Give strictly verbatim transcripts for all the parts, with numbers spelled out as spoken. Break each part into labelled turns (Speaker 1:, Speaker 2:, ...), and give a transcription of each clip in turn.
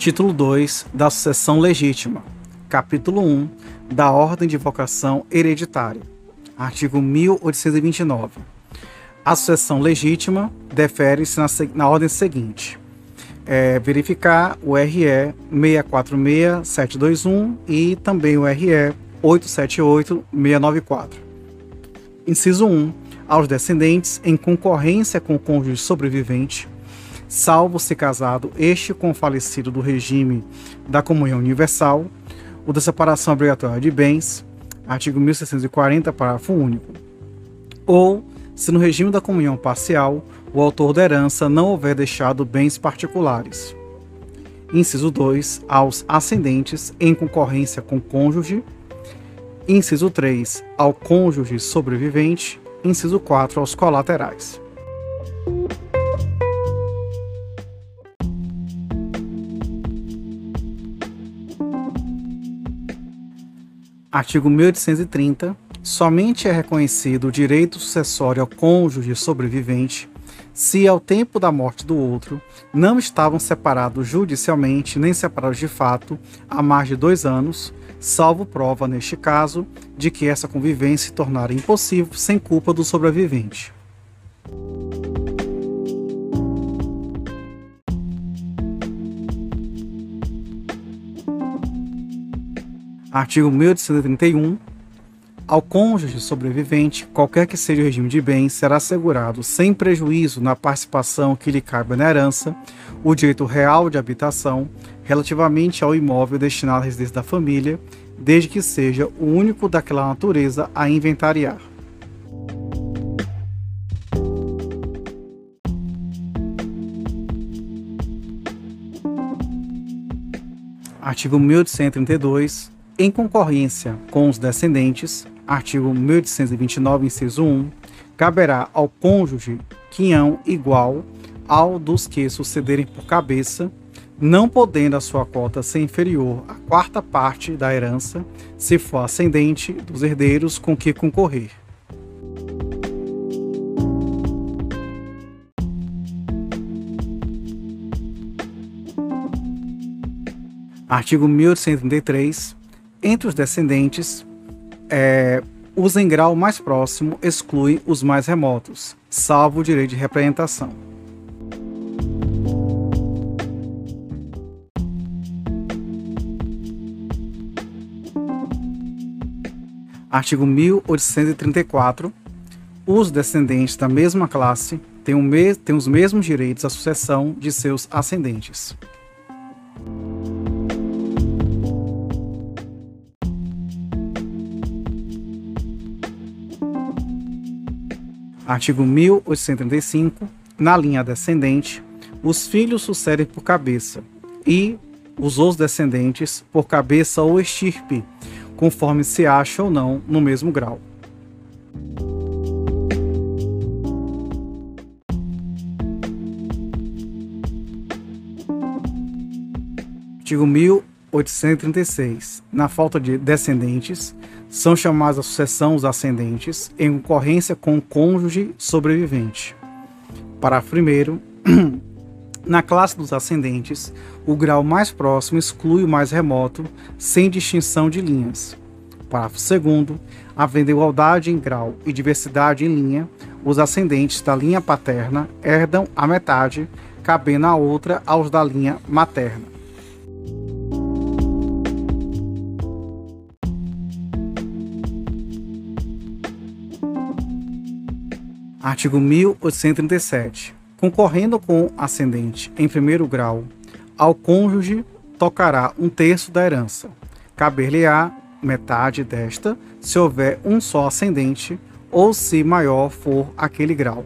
Speaker 1: Título dois da sucessão legítima. Capítulo um da ordem de vocação hereditária. Artigo mil oitocentos e vinte e nove. A sucessão legítima defere-se na, na ordem seguinte. É, verificar o R E seis quatro seis sete dois um e também o R E oito sete oito seis nove quatro. Inciso um. Aos descendentes em concorrência com o cônjuge sobrevivente, salvo se casado este com o falecido do regime da comunhão universal, o da separação obrigatória de bens, artigo mil seiscentos e quarenta, parágrafo único, ou se no regime da comunhão parcial o autor da herança não houver deixado bens particulares. Inciso dois. Aos ascendentes em concorrência com o cônjuge. Inciso três. Ao cônjuge sobrevivente. Inciso quatro. Aos colaterais. Artigo mil oitocentos e trinta. Somente é reconhecido o direito sucessório ao cônjuge sobrevivente se, ao tempo da morte do outro, não estavam separados judicialmente nem separados de fato há mais de dois anos, salvo prova, neste caso, de que essa convivência se tornara impossível sem culpa do sobrevivente. Artigo mil oitocentos e trinta e um. Ao cônjuge sobrevivente, qualquer que seja o regime de bens, será assegurado, sem prejuízo na participação que lhe caiba na herança, o direito real de habitação relativamente ao imóvel destinado à residência da família, desde que seja o único daquela natureza a inventariar. Artigo mil oitocentos e trinta e dois. Em concorrência com os descendentes, artigo mil oitocentos e vinte e nove, inciso um, caberá ao cônjuge quinhão igual ao dos que sucederem por cabeça, não podendo a sua cota ser inferior à quarta parte da herança, se for ascendente dos herdeiros com que concorrer. Artigo mil oitocentos e trinta e três. Entre os descendentes, é, os em grau mais próximo exclui os mais remotos, salvo o direito de representação. Artigo mil oitocentos e trinta e quatro. Os descendentes da mesma classe têm, o me- têm os mesmos direitos à sucessão de seus ascendentes. Artigo mil oitocentos e trinta e cinco. Na linha descendente, os filhos sucedem por cabeça e os outros descendentes por cabeça ou estirpe, conforme se acha ou não no mesmo grau. Artigo mil oitocentos e trinta e seis. Na falta de descendentes, são chamados à sucessão os ascendentes em concorrência com o cônjuge sobrevivente. Parágrafo primeiro. Na classe dos ascendentes, o grau mais próximo exclui o mais remoto, sem distinção de linhas. Parágrafo segundo. Havendo igualdade em grau e diversidade em linha, os ascendentes da linha paterna herdam a metade, cabendo a outra aos da linha materna. Artigo mil oitocentos e trinta e sete. Concorrendo com ascendente em primeiro grau, ao cônjuge tocará um terço da herança. Caber-lhe-á metade desta, se houver um só ascendente, ou se maior for aquele grau.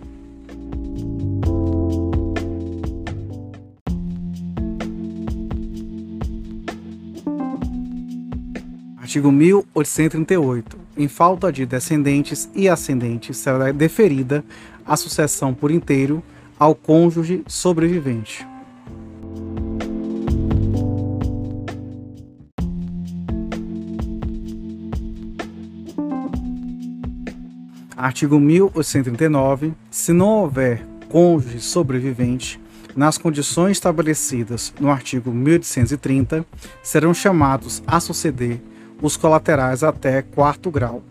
Speaker 1: Artigo mil oitocentos e trinta e oito. Em falta de descendentes e ascendentes, será deferida a sucessão por inteiro ao cônjuge sobrevivente. Artigo mil oitocentos e trinta e nove. Se não houver cônjuge sobrevivente, nas condições estabelecidas no artigo mil oitocentos e trinta, serão chamados a suceder os colaterais até quarto grau.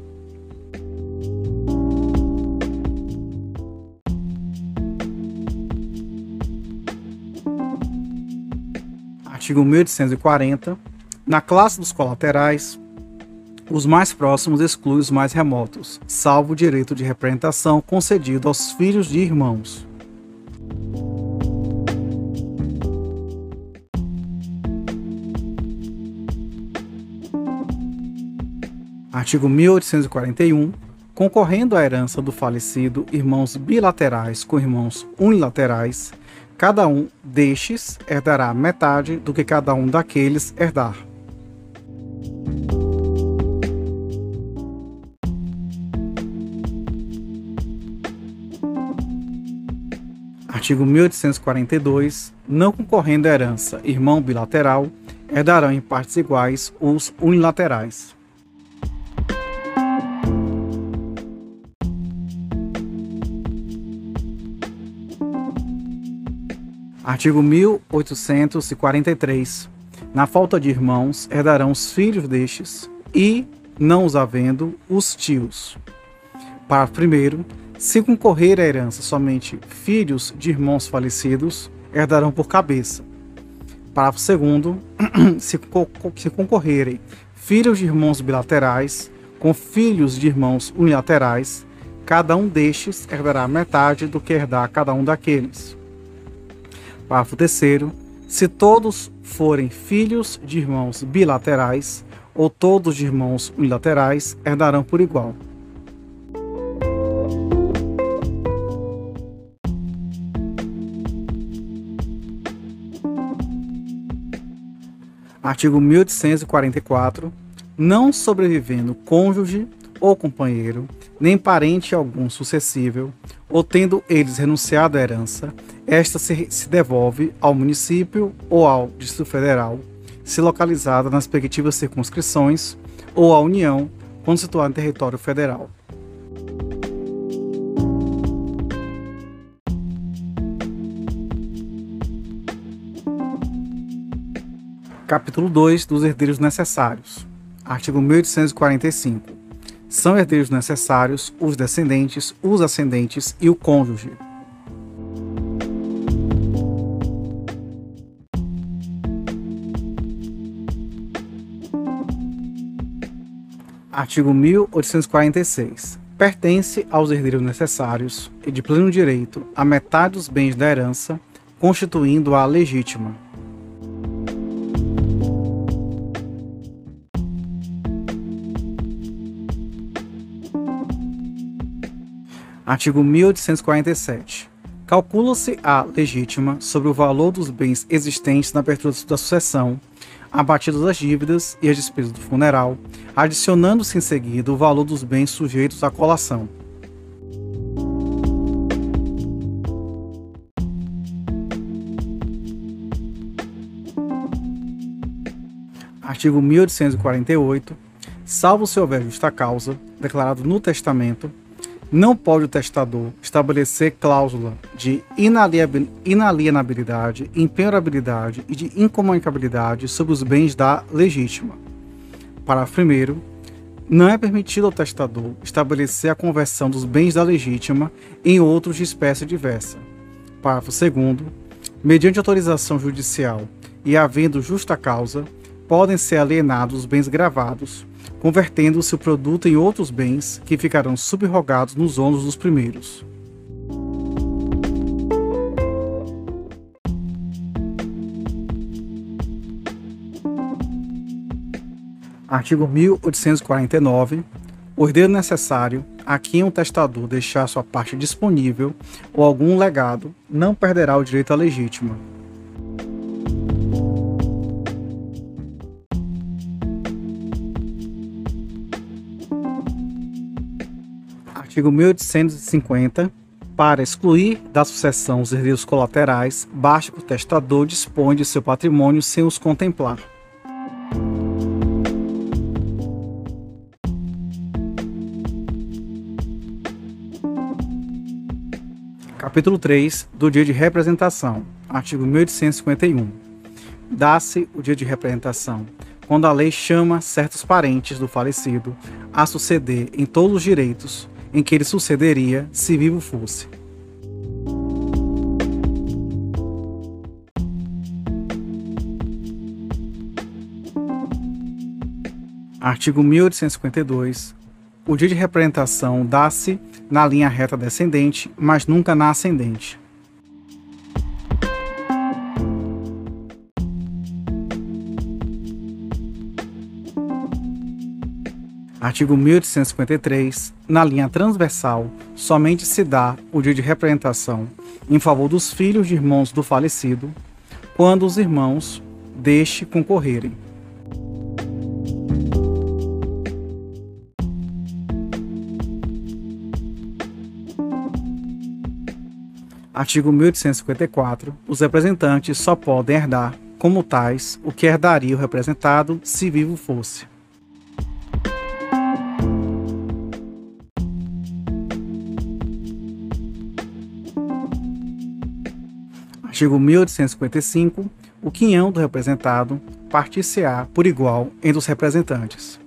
Speaker 1: Artigo mil oitocentos e quarenta. Na classe dos colaterais, os mais próximos excluem os mais remotos, salvo o direito de representação concedido aos filhos de irmãos. Artigo mil oitocentos e quarenta e um. Concorrendo à herança do falecido irmãos bilaterais com irmãos unilaterais, cada um destes herdará metade do que cada um daqueles herdar. Artigo mil oitocentos e quarenta e dois. Não concorrendo à herança irmão bilateral, herdarão em partes iguais os unilaterais. Artigo mil oitocentos e quarenta e três. Na falta de irmãos, herdarão os filhos destes e, não os havendo, os tios. Parágrafo primeiro. Se concorrer à herança somente filhos de irmãos falecidos, herdarão por cabeça. Parágrafo segundo. Se, co se concorrerem filhos de irmãos bilaterais com filhos de irmãos unilaterais, cada um destes herdará metade do que herdar cada um daqueles. Parágrafo terceiro. Se todos forem filhos de irmãos bilaterais ou todos de irmãos unilaterais, herdarão por igual. Artigo mil oitocentos e quarenta e quatro. Não sobrevivendo cônjuge ou companheiro, nem parente algum sucessível, ou tendo eles renunciado à herança, esta se, se devolve ao município ou ao Distrito Federal, se localizada nas respectivas circunscrições, ou à União, quando situada em território federal. Capítulo dois dos herdeiros necessários. Artigo mil oitocentos e quarenta e cinco. São herdeiros necessários os descendentes, os ascendentes e o cônjuge. Artigo mil oitocentos e quarenta e seis. Pertence aos herdeiros necessários e de pleno direito a metade dos bens da herança, constituindo-a legítima. Artigo mil oitocentos e quarenta e sete. Calcula-se a legítima sobre o valor dos bens existentes na abertura da sucessão, abatidas as dívidas e as despesas do funeral, adicionando-se em seguida o valor dos bens sujeitos à colação. Artigo mil oitocentos e quarenta e oito. Salvo se houver justa causa, declarado no testamento, não pode o testador estabelecer cláusula de inalienabilidade, impenhorabilidade e de incomunicabilidade sobre os bens da legítima. Parágrafo primeiro. Não é permitido ao testador estabelecer a conversão dos bens da legítima em outros de espécie diversa. Parágrafo segundo. Mediante autorização judicial e havendo justa causa, podem ser alienados os bens gravados, convertendo-se o produto em outros bens que ficarão subrogados nos ônus dos primeiros. Artigo mil oitocentos e quarenta e nove. O herdeiro necessário, a quem o testador deixar sua parte disponível ou algum legado, não perderá o direito à legítima. Artigo mil oitocentos e cinquenta. Para excluir da sucessão os herdeiros colaterais, basta que o testador disponha de seu patrimônio sem os contemplar. Capítulo três do dia de representação. Artigo mil oitocentos e cinquenta e um. Dá-se o dia de representação quando a lei chama certos parentes do falecido a suceder em todos os direitos em que ele sucederia se vivo fosse. Artigo mil oitocentos e cinquenta e dois. O dia de representação dá-se na linha reta descendente, mas nunca na ascendente. Artigo mil oitocentos e cinquenta e três. Na linha transversal, somente se dá o dia de representação em favor dos filhos de irmãos do falecido, quando os irmãos deste concorrerem. Artigo mil oitocentos e cinquenta e quatro. Os representantes só podem herdar, como tais, o que herdaria o representado se vivo fosse. Artigo mil oitocentos e cinquenta e cinco. O quinhão do representado partir-se-á por igual entre os representantes.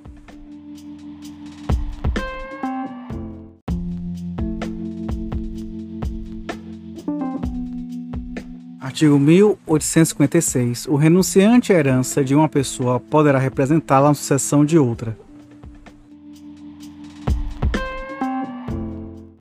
Speaker 1: Artigo mil oitocentos e cinquenta e seis. O renunciante à herança de uma pessoa poderá representá-la na sucessão de outra.